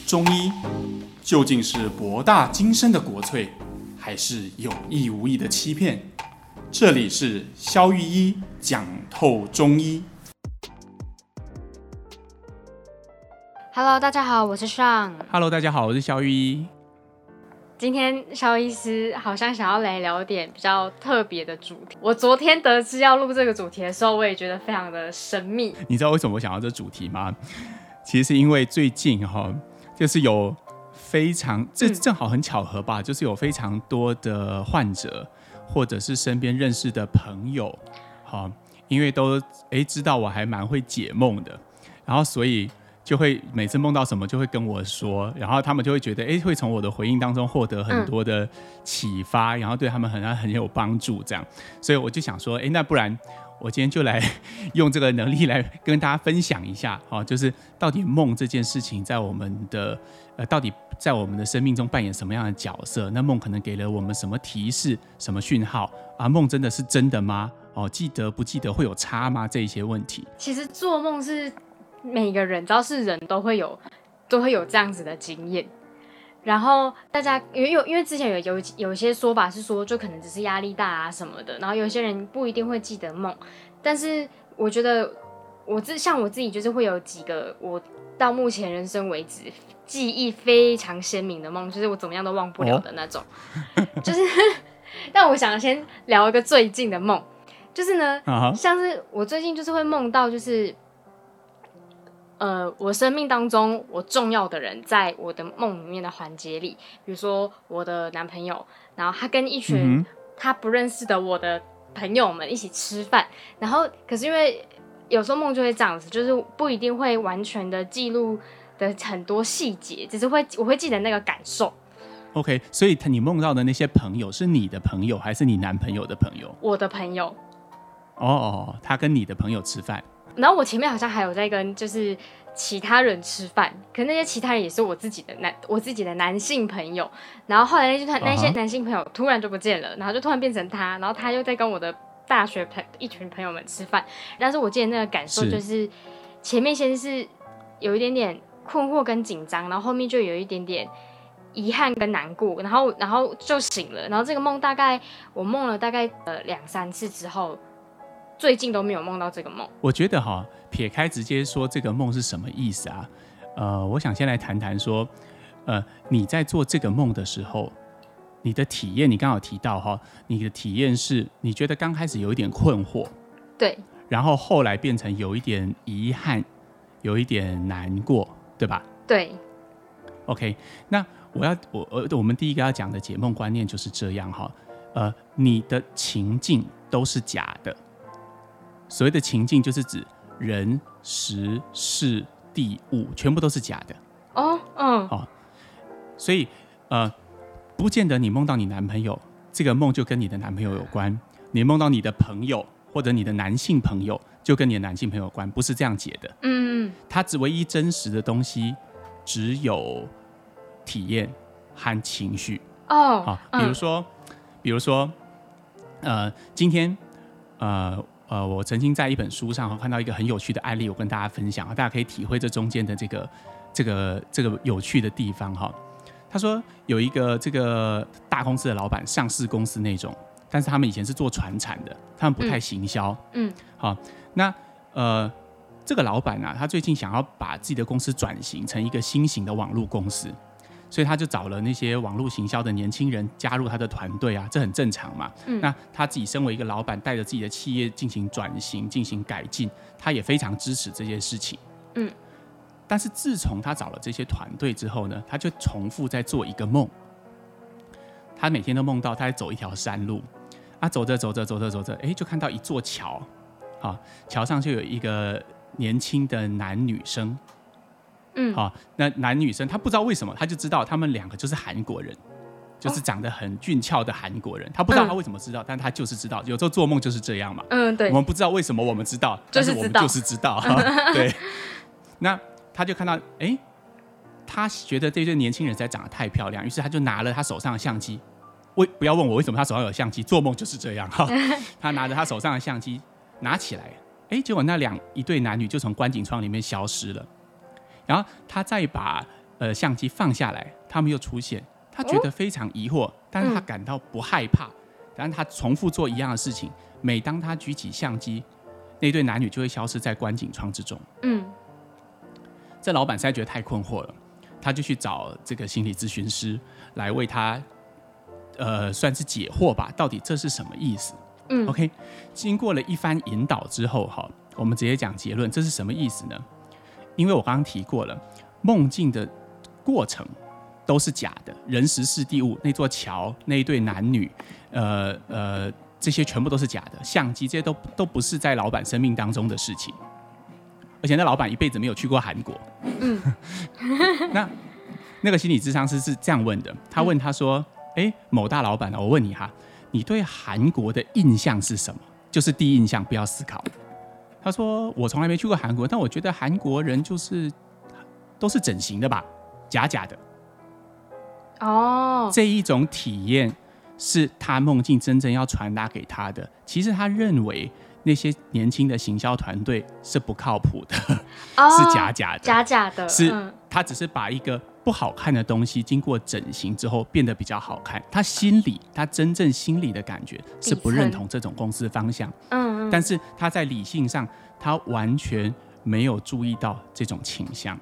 中医究竟是博大精深的国粹，还是有意无意的欺骗？这里是萧御医讲透中医。 Hello， 大家好，我是尚。 Hello， 大家好，我是萧御医。 今天萧医师好像想要来聊点比较特别的主题。我昨天得知要录这个主题的时候，我也觉得非常的神秘。 你知道为什么我想要这主题吗？其实是因为最近就是有非常这正好很巧合吧，就是有非常多的患者或者是身边认识的朋友，因为都知道我还蛮会解梦的，然后所以就会每次梦到什么就会跟我说，然后他们就会觉得会从我的回应当中获得很多的启发，然后对他们很有帮助这样。所以我就想说那不然我今天就来用这个能力来跟大家分享一下，就是到底梦这件事情在我们的到底在我们的生命中扮演什么样的角色，那梦可能给了我们什么提示什么讯号啊？梦真的是真的吗？记得不记得会有差吗？这一些问题其实做梦是每个人只要是人都会有这样子的经验，然后大家因为之前有一些说法是说，就可能只是压力大啊什么的，然后有些人不一定会记得梦，但是我觉得像我自己就是会有几个我到目前人生为止记忆非常鲜明的梦，就是我怎么样都忘不了的那种，就是但我想先聊一个最近的梦，就是呢，像是我最近就是会梦到就是我生命当中我重要的人在我的梦里面的环节里，比如说我的男朋友，然后他跟一群他不认识的我的朋友们一起吃饭，然后可是因为有时候梦就会这样子，就是不一定会完全的记录的很多细节，只是我会记得那个感受。 OK， 所以你梦到的那些朋友是你的朋友还是你男朋友的朋友？我的朋友。 他跟你的朋友吃饭。 然后我前面好像还有在跟就是其他人吃饭，可是那些其他人也是我自己的男性朋友，然后后来那些男性朋友突然就不见了，然后就突然变成他，然后他又在跟我的大学一群朋友们吃饭，但是我记得那个感受就是前面先是有一点点困惑跟紧张，然后后面就有一点点遗憾跟难过，然后就醒了，然后这个梦我梦了大概2-3次之后，最近都没有梦到这个梦。我觉得撇开直接说这个梦是什么意思啊，我想先来谈谈说，你在做这个梦的时候，你的体验，你刚好提到你的体验是你觉得刚开始有一点困惑， 对， 然后后来变成有一点遗憾，有一点难过，对吧？ 对。 OK， 那我们第一个要讲的解梦观念就是这样你的情境都是假的。所谓的情境就是指人、时、事、地、物，全部都是假的。所以不见得你梦到你男朋友，这个梦就跟你的男朋友有关；你梦到你的朋友或者你的男性朋友，就跟你的男性朋友有关，不是这样解的。它唯一真实的东西只有体验和情绪。比如说，今天我曾经在一本书上看到一个很有趣的案例，我跟大家分享，大家可以体会这中间的这个有趣的地方他说有一个这个大公司的老板，上市公司那种，但是他们以前是做传产的，他们不太行销。那这个老板他最近想要把自己的公司转型成一个新型的网络公司。所以他就找了那些网络行销的年轻人加入他的团队这很正常嘛。那他自己身为一个老板，带着自己的企业进行转型、进行改进，他也非常支持这件事情。但是自从他找了这些团队之后呢，他就重复在做一个梦。他每天都梦到他在走一条山路，走着，就看到一座桥，桥上就有一个年轻的男女生。那男女生他不知道为什么，他就知道他们两个就是韩国人，就是长得很俊俏的韩国人。他不知道他为什么知道，但他就是知道。有时候做梦就是这样嘛。 对。 我们不知道为什么我们知道，但是我们就是知道。对。那他就看到，他觉得这对年轻人实在长得太漂亮，于是他就拿了他手上的相机。不要问我为什么他手上有相机，做梦就是这样他拿着他手上的相机拿起来，结果一对男女就从观景窗里面消失了。然后他再把相机放下来，他们又出现，他觉得非常疑惑，但是他感到不害怕，但是他重复做一样的事情，每当他举起相机，那对男女就会消失在观景窗之中。这老板实在觉得太困惑了，他就去找这个心理咨询师来为他算是解惑吧，到底这是什么意思？OK， 经过了一番引导之后，我们直接讲结论，这是什么意思呢？因为我刚刚提过了，梦境的过程都是假的，人时事地物，那座桥，那一对男女，这些全部都是假的，相机这些都不是在老板生命当中的事情，而且那老板一辈子没有去过韩国。那个心理咨商师是这样问的，他问他说：“某大老板我问你哈，你对韩国的印象是什么？就是第一印象，不要思考。”他说：“我从来没去过韩国，但我觉得韩国人就是都是整形的吧，假的。”这一种体验是他梦境真正要传达给他的。其实他认为那些年轻的行销团队是不靠谱的，是假的，是他只是把一个不好看的东西经过整形之后变得比较好看。他真正心里的感觉是不认同这种公司方向，但是他在理性上他完全没有注意到这种倾向，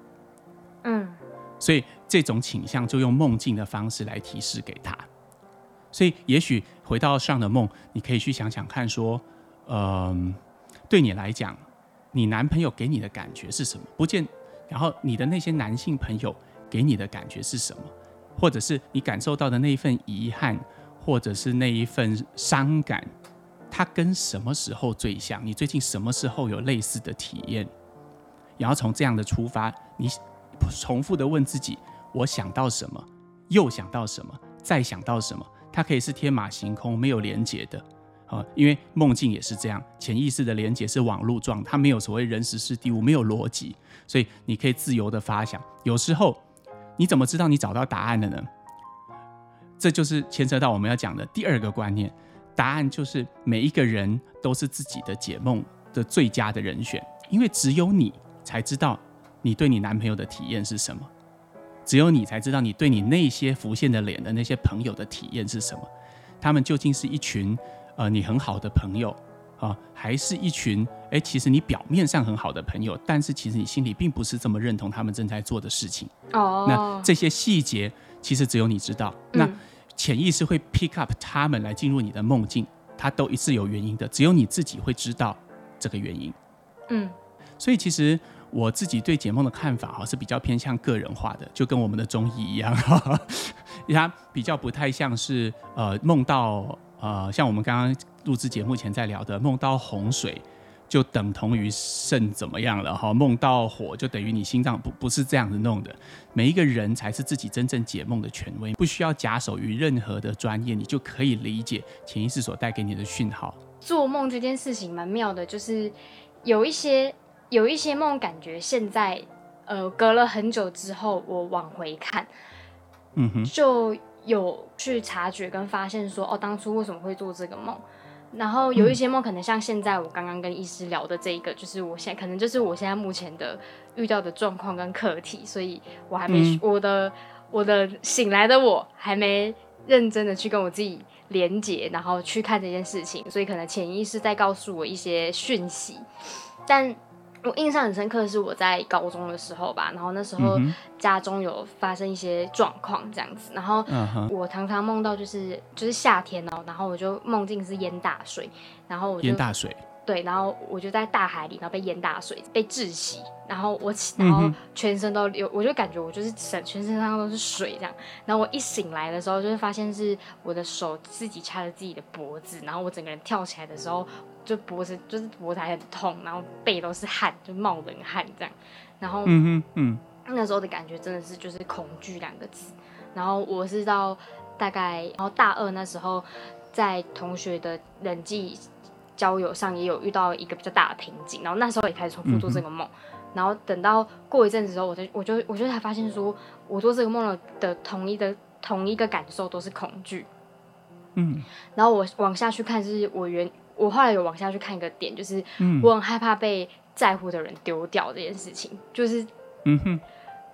所以这种倾向就用梦境的方式来提示给他。所以也许回到上的梦，你可以去想想看说，对你来讲，你男朋友给你的感觉是什么？然后你的那些男性朋友给你的感觉是什么？或者是你感受到的那一份遗憾，或者是那一份伤感，它跟什么时候最像？你最近什么时候有类似的体验？然后从这样的出发，你重复的问自己：我想到什么？又想到什么？再想到什么？它可以是天马行空、没有连结的。因为梦境也是这样，潜意识的连结是网路状，它没有所谓人时事地物，没有逻辑，所以你可以自由的发想。有时候你怎么知道你找到答案了呢？这就是牵涉到我们要讲的第二个观念，答案就是每一个人都是自己的解梦的最佳的人选，因为只有你才知道你对你男朋友的体验是什么，只有你才知道你对你那些浮现的脸的那些朋友的体验是什么，他们究竟是一群你很好的朋友还是一群其实你表面上很好的朋友，但是其实你心里并不是这么认同他们正在做的事情。那这些细节其实只有你知道，那潜意识会 pick up 他们来进入你的梦境，它都是有原因的，只有你自己会知道这个原因。所以其实我自己对解梦的看法是比较偏向个人化的，就跟我们的中医一样，它比较不太像是梦到像我们刚刚录制节目前在聊的，梦到洪水就等同于肾怎么样了，梦到火就等于你心脏，不是这样子弄的。每一个人才是自己真正解梦的权威，不需要假手于任何的专业，你就可以理解潜意识所带给你的讯号。 做梦这件事情蛮妙的，就是有一些梦感觉现在隔了很久之后我往回看，就有去察觉跟发现说当初为什么会做这个梦。然后有一些梦可能像现在我刚刚跟医师聊的这一个，就是我现在可能就是我现在目前的遇到的状况跟课题，所以我还没我的醒来的我还没认真的去跟我自己连结，然后去看这件事情，所以可能潜意识在告诉我一些讯息。但我印象很深刻的是我在高中的时候吧，然后那时候家中有发生一些状况这样子，然后我常常梦到就是夏天然后我就梦境是淹大水，然后我就淹大水， 对，然后我就在大海里，然后被淹大水，被窒息，然后全身都有，我就感觉我就是全身上都是水这样。然后我一醒来的时候，就会发现是我的手自己掐着自己的脖子，然后我整个人跳起来的时候，就脖子还很痛，然后背都是汗，就冒冷汗这样。然后那时候的感觉真的是就是恐惧2个字。然后我是到大概然后大2那时候，在同学的人际交友上也有遇到一个比较大的瓶颈，然后那时候也开始重复做这个梦，然后等到过一阵子之后，我就才发现说，我做这个梦的同一个感受都是恐惧，然后我往下去看，是我后来有往下去看一个点，就是我很害怕被在乎的人丢掉这件事情，就是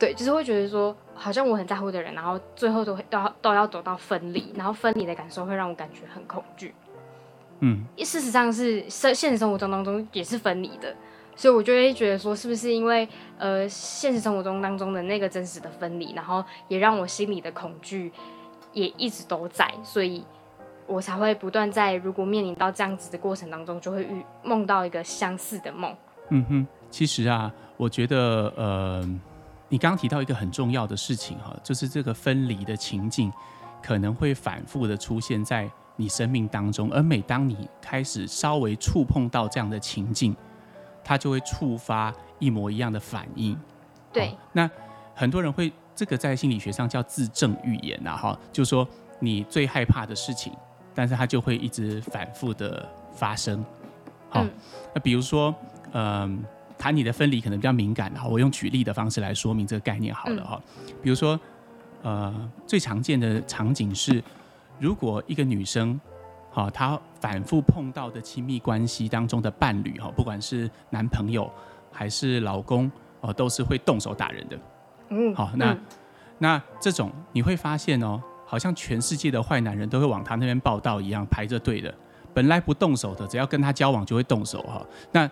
对，就是会觉得说，好像我很在乎的人，然后最后都要走到分离，然后分离的感受会让我感觉很恐惧。事实上是现实生活当中也是分离的，所以我就会觉得说，是不是因为现实生活当中的那个真实的分离，然后也让我心里的恐惧也一直都在，所以我才会不断在如果面临到这样子的过程当中，就会梦到一个相似的梦。 其实啊，我觉得你刚刚提到一个很重要的事情哈，就是这个分离的情境可能会反复的出现在你生命当中，而每当你开始稍微触碰到这样的情境，它就会触发一模一样的反应。 对， 那很多人会这个在心理学上叫自证预言啊，哈，就是说你最害怕的事情，但是它就会一直反复的发生。好，那比如说，谈你的分离可能比较敏感，我用举例的方式来说明这个概念好了哈。比如说，最常见的场景是，如果一个女生，她反复碰到的亲密关系当中的伴侣，不管是男朋友还是老公，都是会动手打人的。好，那这种你会发现哦，好像全世界的坏男人都会往他那边报道一样，排着队的。本来不动手的，只要跟他交往就会动手哈。那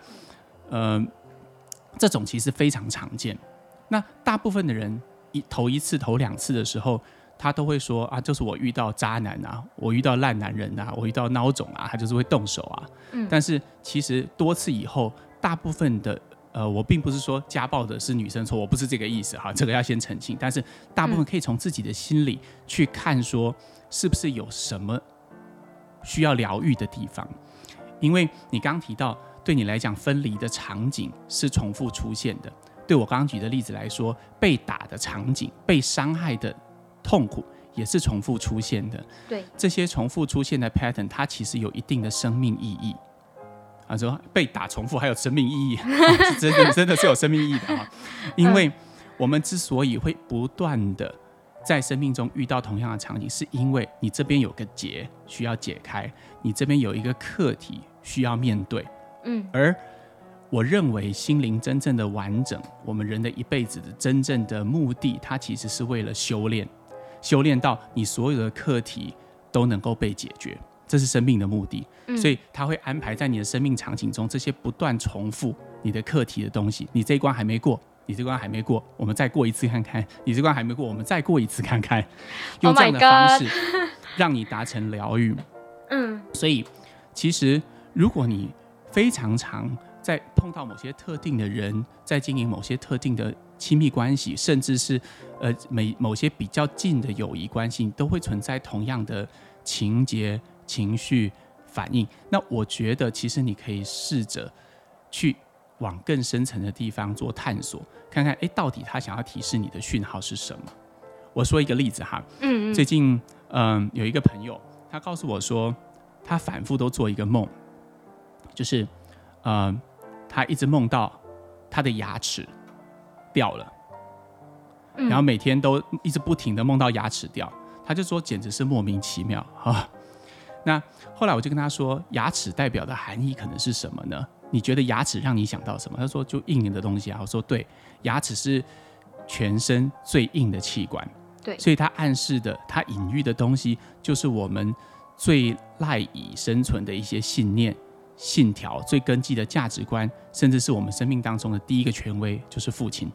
这种其实非常常见。那大部分的人头一次、头2次的时候，他都会说啊，就是我遇到渣男啊，我遇到烂男人啊，我遇到孬种啊，他就是会动手啊。但是其实多次以后，大部分的我并不是说家暴的是女生错，我不是这个意思哈，这个要先澄清。但是大部分可以从自己的心里去看，说是不是有什么需要疗愈的地方。因为你刚刚提到，对你来讲分离的场景是重复出现的，对我刚刚举的例子来说，被打的场景、被伤害的痛苦也是重复出现的。 对， 这些重复出现的 pattern 它其实有一定的生命意义。说被打重复还有生命意义，是真的是有生命意义的哈。因为我们之所以会不断的在生命中遇到同样的场景，是因为你这边有个结需要解开，你这边有一个课题需要面对。而我认为心灵真正的完整，我们人的一辈子的真正的目的，它其实是为了修炼，修炼到你所有的课题都能够被解决。这是生命的目的，所以他会安排在你的生命场景中这些不断重复你的课题的东西。你这一关还没过，你这关还没过，我们再过一次看看；你这关还没过，我们再过一次看看。用这样的方式让你达成疗愈。所以其实如果你非常常在碰到某些特定的人，在经营某些特定的亲密关系，甚至是某些比较近的友谊关系，都会存在同样的情节、情绪反应。那我觉得其实你可以试着去往更深层的地方做探索，看看到底他想要提示你的讯号是什么。我说一个例子哈，最近有一个朋友，他告诉我说，他反复都做一个梦，就是他一直梦到他的牙齿掉了，然后每天都一直不停的梦到牙齿掉，他就说简直是莫名其妙啊。那后来我就跟他说，牙齿代表的含义可能是什么呢？你觉得牙齿让你想到什么？他说就硬的东西啊。我说对，牙齿是全身最硬的器官， 对， 所以他暗示的、他隐喻的东西，就是我们最赖以生存的一些信念、信条、最根基的价值观，甚至是我们生命当中的第一个权威，就是父亲。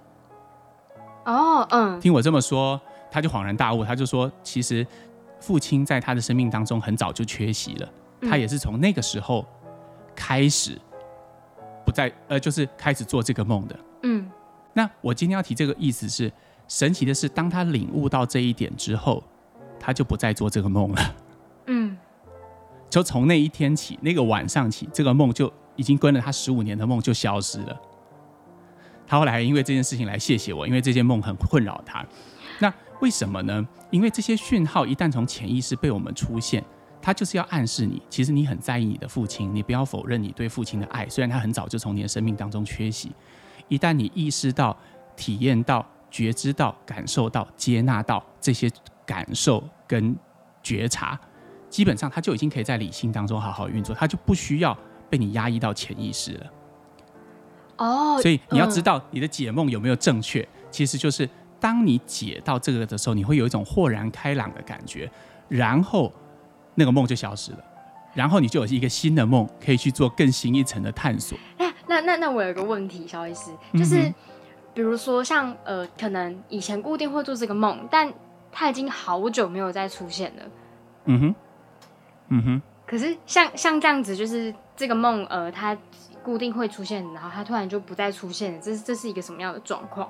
听我这么说，他就恍然大悟，他就说，其实父亲在他的生命当中很早就缺席了，他也是从那个时候开始不再就是开始做这个梦的。那我今天要提这个意思是，神奇的是，当他领悟到这一点之后，他就不再做这个梦了。就从那一天起，那个晚上起，这个梦就已经跟了他15年的梦就消失了。他后来因为这件事情来谢谢我，因为这件梦很困扰他。那为什么呢？因为这些讯号一旦从潜意识被我们出现，它就是要暗示你，其实你很在意你的父亲，你不要否认你对父亲的爱，虽然他很早就从你的生命当中缺席。一旦你意识到、体验到、觉知到、感受到、接纳到这些感受跟觉察，基本上他就已经可以在理性当中好好运作，他就不需要被你压抑到潜意识了。所以你要知道你的解梦有没有正确，其实就是当你解到这个的时候，你会有一种豁然开朗的感觉，然后那个梦就消失了，然后你就有一个新的梦，可以去做更新一层的探索。 那我有一个问题，肖医师，就是比如说像可能以前固定会做这个梦，但它已经好久没有再出现了。可是像这样子，就是这个梦它固定会出现，然后它突然就不再出现了，这是一个什么样的状况？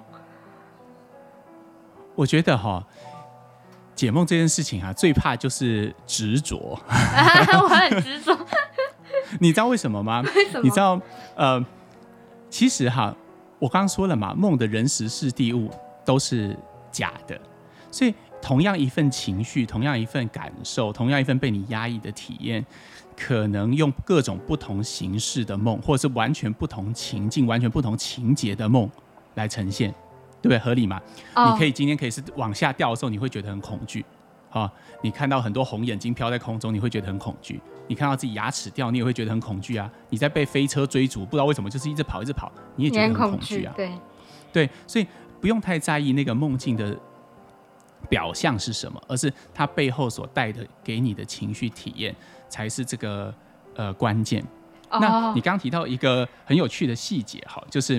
我觉得解梦这件事情最怕就是执着。 我很执着。 你知道为什么吗？ 为什么？ 你知道其实我刚刚说了嘛，梦的人时事地物都是假的，所以同样一份情绪，同样一份感受，同样一份被你压抑的体验，可能用各种不同形式的梦，或者是完全不同情境、完全不同情节的梦来呈现，对不对？合理吗？你今天可以是往下掉的时候，你会觉得很恐惧。你看到很多红眼睛飘在空中，你会觉得很恐惧；你看到自己牙齿掉，你也会觉得很恐惧啊！你在被飞车追逐，不知道为什么就是一直跑一直跑，你也觉得很恐惧啊！对，所以不用太在意那个梦境的表象是什么，而是它背后所带的给你的情绪体验才是这个关键。那你刚刚提到一个很有趣的细节，就是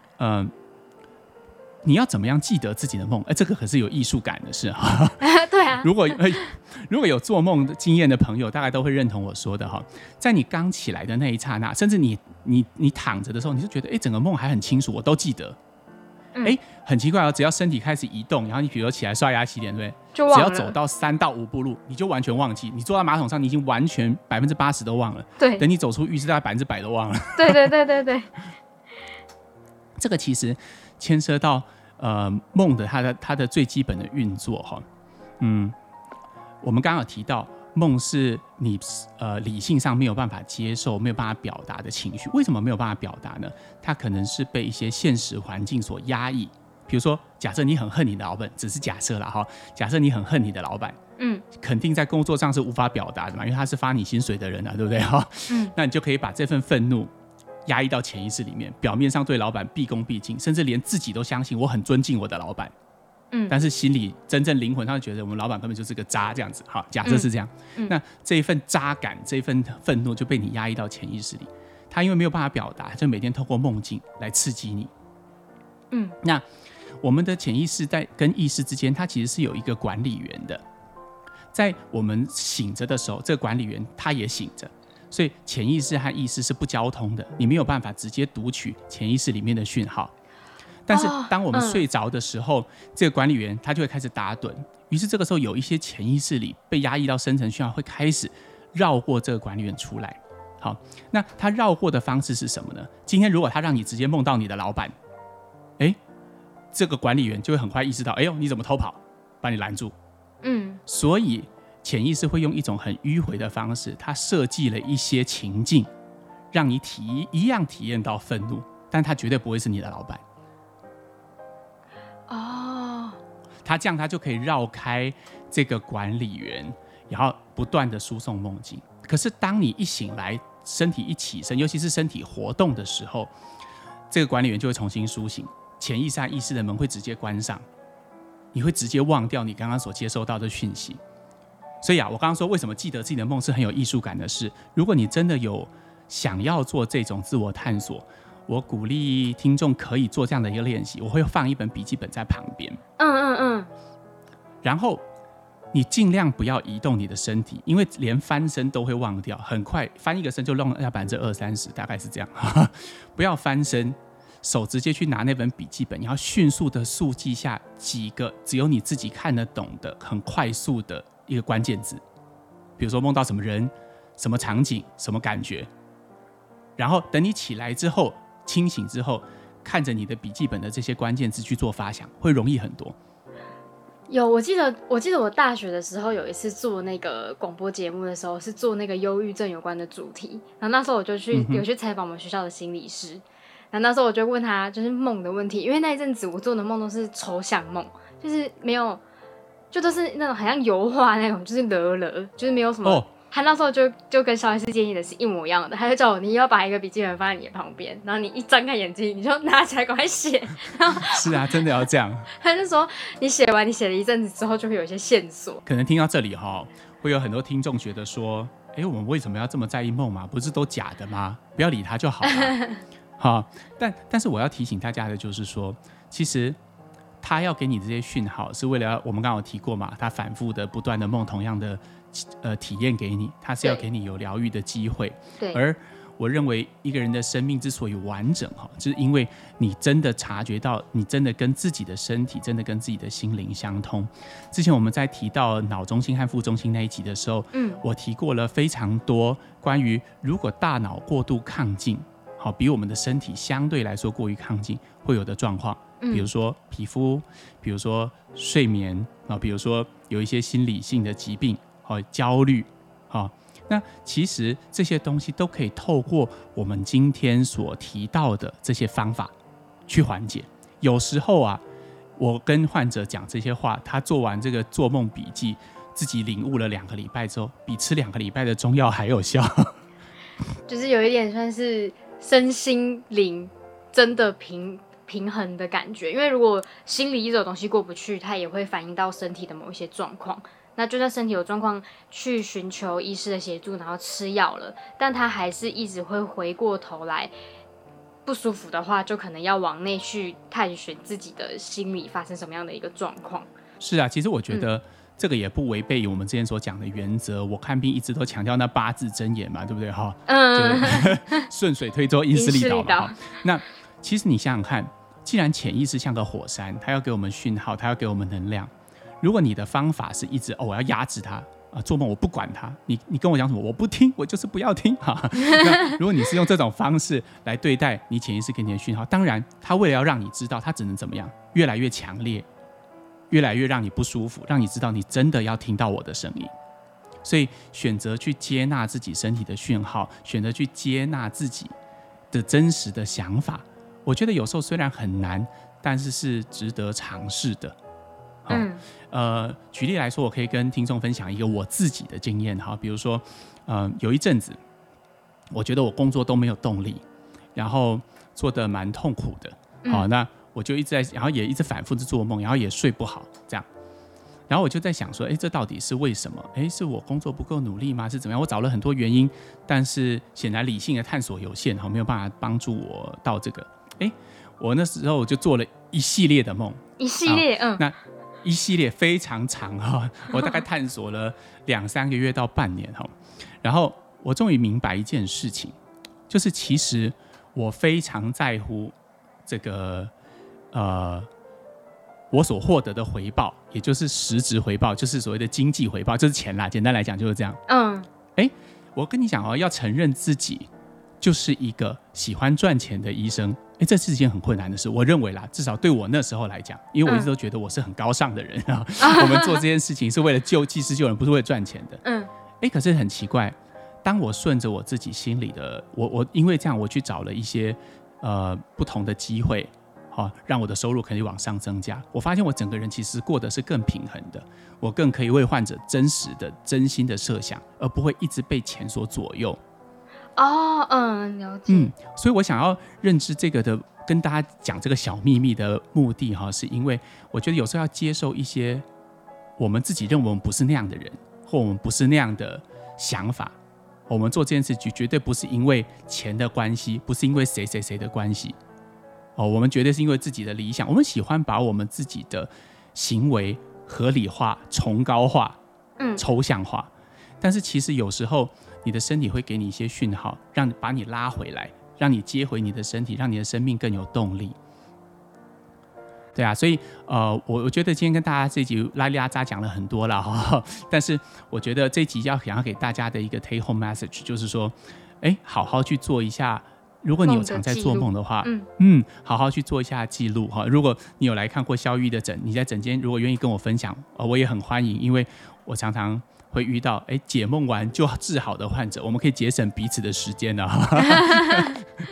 你要怎么样记得自己的梦？这个可是有艺术感的事。 对啊。 如果有做梦的经验的朋友，大概都会认同我说的在你刚起来的那一刹那，甚至你躺着的时候，你就觉得整个梦还很清楚，我都记得。很奇怪只要身体开始移动，然后你比如说起来刷牙洗脸，对不对？ 就忘了。 只要走到3到5步路，你就完全忘记。你坐到马桶上，你已经完全80%都忘了。 对。 等你走出浴室，大概100%都忘了。 对。 这个其实牵涉到梦的它的最基本的运作我们刚刚有提到，梦是你理性上没有办法接受、没有办法表达的情绪。为什么没有办法表达呢？它可能是被一些现实环境所压抑。比如说，假设你很恨你的老板，只是假设啦假设你很恨你的老板，肯定在工作上是无法表达的嘛，因为他是发你薪水的人对不对那你就可以把这份愤怒压抑到潜意识里面，表面上对老板毕恭毕敬，甚至连自己都相信我很尊敬我的老板，但是心里真正灵魂上觉得我们老板根本就是个渣这样子。假设是这样，那这一份渣感，这一份愤怒就被你压抑到潜意识里，他因为没有办法表达，就每天透过梦境来刺激你。那我们的潜意识在跟意识之间，它其实是有一个管理员的，在我们醒着的时候，这个管理员他也醒着。所以潜意识和意识是不交通的，你没有办法直接读取潜意识里面的讯号。但是当我们睡着的时候，这个管理员他就会开始打盹，于是这个时候有一些潜意识里被压抑到深层讯号会开始绕过这个管理员出来。好，那他绕过的方式是什么呢？今天如果他让你直接梦到你的老板，这个管理员就会很快意识到，你怎么偷跑，把你拦住。所以潜意识会用一种很迂回的方式，它设计了一些情境，让你一样体验到愤怒，但它绝对不会是你的老板。他这样他就可以绕开这个管理员，然后不断的输送梦境。可是当你一醒来，身体一起身，尤其是身体活动的时候，这个管理员就会重新苏醒，潜意识和意识的门会直接关上，你会直接忘掉你刚刚所接收到的讯息。所以我刚刚说为什么记得自己的梦是很有艺术感的事。如果你真的有想要做这种自我探索，我鼓励听众可以做这样的一个练习。我会放一本笔记本在旁边，然后你尽量不要移动你的身体，因为连翻身都会忘掉，很快翻一个身就弄要20%-30%，大概是这样。不要翻身，手直接去拿那本笔记本，然后迅速的速记下几个只有你自己看得懂的很快速的一个关键字，比如说梦到什么人、什么场景、什么感觉，然后等你起来之后，清醒之后，看着你的笔记本的这些关键字去做发想，会容易很多。 我记得我大学的时候有一次做那个广播节目的时候，是做那个忧郁症有关的主题，然后那时候我就有去采访我们学校的心理师，然后那时候我就问他就是梦的问题，因为那一阵子我做的梦都是抽象梦，就是没有，就都是那种好像油画那种，就是就是没有什么他那时候就跟肖医师建议的是一模一样的，他就叫我你要把一个笔记本放在你的旁边，然后你一张开眼睛你就拿起来赶快写。 是啊，真的要这样。 他就说你写完，你写了一阵子之后就会有一些线索。 可能听到这里会有很多听众觉得说，我们为什么要这么在意梦嘛？不是都假的吗？不要理他就好了。好，但是我要提醒大家的就是说，其实他要给你这些讯号，是为了我们刚刚有提过嘛，他反复的不断的梦同样的体验给你，他是要给你有疗愈的机会。 对。 而我认为一个人的生命之所以完整就是因为你真的察觉到，你真的跟自己的身体，真的跟自己的心灵相通。之前我们在提到脑中心和副中心那一集的时候，我提过了非常多关于如果大脑过度亢进，比我们的身体相对来说过于亢进会有的状况，比如说皮肤，比如说睡眠，比如说有一些心理性的疾病，焦虑，那其实这些东西都可以透过我们今天所提到的这些方法去缓解。有时候我跟患者讲这些话，他做完这个做梦笔记，自己领悟了2个礼拜之后，比吃2个礼拜的中药还有效。 就是有一点算是身心灵真的平衡的感觉，因为如果心里一种东西过不去，它也会反映到身体的某一些状况。那就算身体有状况，去寻求医师的协助，然后吃药了，但他还是一直会回过头来不舒服的话，就可能要往内去探寻自己的心理发生什么样的一个状况。 是啊，其实我觉得这个也不违背我们之前所讲的原则。我看病一直都强调那8字真言嘛，对不对顺水推舟，因势利导嘛。那其实你想想看，既然潜意识像个火山，它要给我们讯号，它要给我们能量。如果你的方法是一直我要压制它做梦我不管它，你跟我讲什么我不听，我就是不要听那如果你是用这种方式来对待你潜意识给你的讯号，当然它为了要让你知道，它只能怎么样，越来越强烈，越来越让你不舒服，让你知道你真的要听到我的声音。所以选择去接纳自己身体的讯号，选择去接纳自己的真实的想法，我觉得有时候虽然很难，但是是值得尝试的。举例来说，我可以跟听众分享一个我自己的经验比如说有一阵子我觉得我工作都没有动力，然后做得蛮痛苦的那我就一直在，然后也一直反复的做梦，然后也睡不好这样。然后我就在想说这到底是为什么？是我工作不够努力吗？是怎么样？我找了很多原因，但是显然理性的探索有限没有办法帮助我到这个我那时候就做了一系列的梦， 一系列那一系列非常长我大概探索了2-3个月到半年然后我终于明白一件事情，就是其实我非常在乎这个我所获得的回报，也就是实质回报，就是所谓的经济回报，就是钱啦，简单来讲就是这样。我跟你讲要承认自己就是一个喜欢赚钱的医生，这是一件很困难的事，我认为啦，至少对我那时候来讲，因为我一直都觉得我是很高尚的人我们做这件事情是为了济世救人，不是为了赚钱的。可是很奇怪，当我顺着我自己心里的，我因为这样，我去找了一些不同的机会让我的收入可以往上增加，我发现我整个人其实过得是更平衡的，我更可以为患者真实的真心的设想，而不会一直被钱所左右。 了解。 所以我想要认知这个的，跟大家讲这个小秘密的目的是因为我觉得有时候要接受一些我们自己认为我们不是那样的人，或我们不是那样的想法，我们做这件事情绝对不是因为钱的关系，不是因为谁谁谁的关系我们绝对是因为自己的理想，我们喜欢把我们自己的行为合理化、崇高化、抽象化，但是其实有时候你的身体会给你一些讯号，把你拉回来，让你接回你的身体，让你的生命更有动力。对啊，所以我觉得今天跟大家这一集拉里拉扎讲了很多了但是我觉得这一集想要给大家的一个 take home message 就是说好好去做一下，如果你有常在做梦的话好好去做一下记录如果你有来看过肖玉的诊，你在诊间如果愿意跟我分享我也很欢迎，因为我常常会遇到解梦完就治好的患者，我们可以节省彼此的时间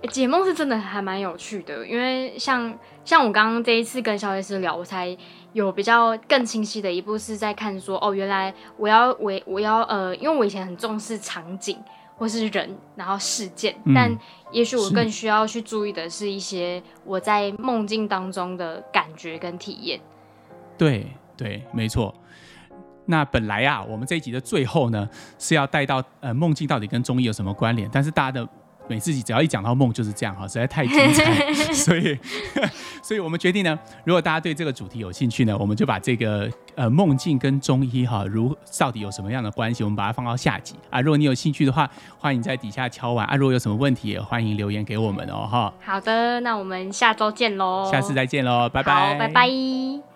解梦是真的还蛮有趣的，因为像我刚刚这一次跟肖医师聊，我才有比较更清晰的一步是在看说，哦，原来我要因为我以前很重视场景或是人，然后事件，但也许我更需要去注意的是一些我在梦境当中的感觉跟体验。 对对，没错。那本来啊，我们这一集的最后呢，是要带到梦境到底跟中医有什么关联，但是大家的每次只要一讲到梦就是这样哈，实在太精彩，所以我们决定呢，如果大家对这个主题有兴趣呢，我们就把这个梦境跟中医哈，到底有什么样的关系，我们把它放到下集啊。如果你有兴趣的话，欢迎在底下敲完啊。如果有什么问题，也欢迎留言给我们哦哈。 好的，那我们下周见喽， 下次再见喽，拜拜， 好，拜拜。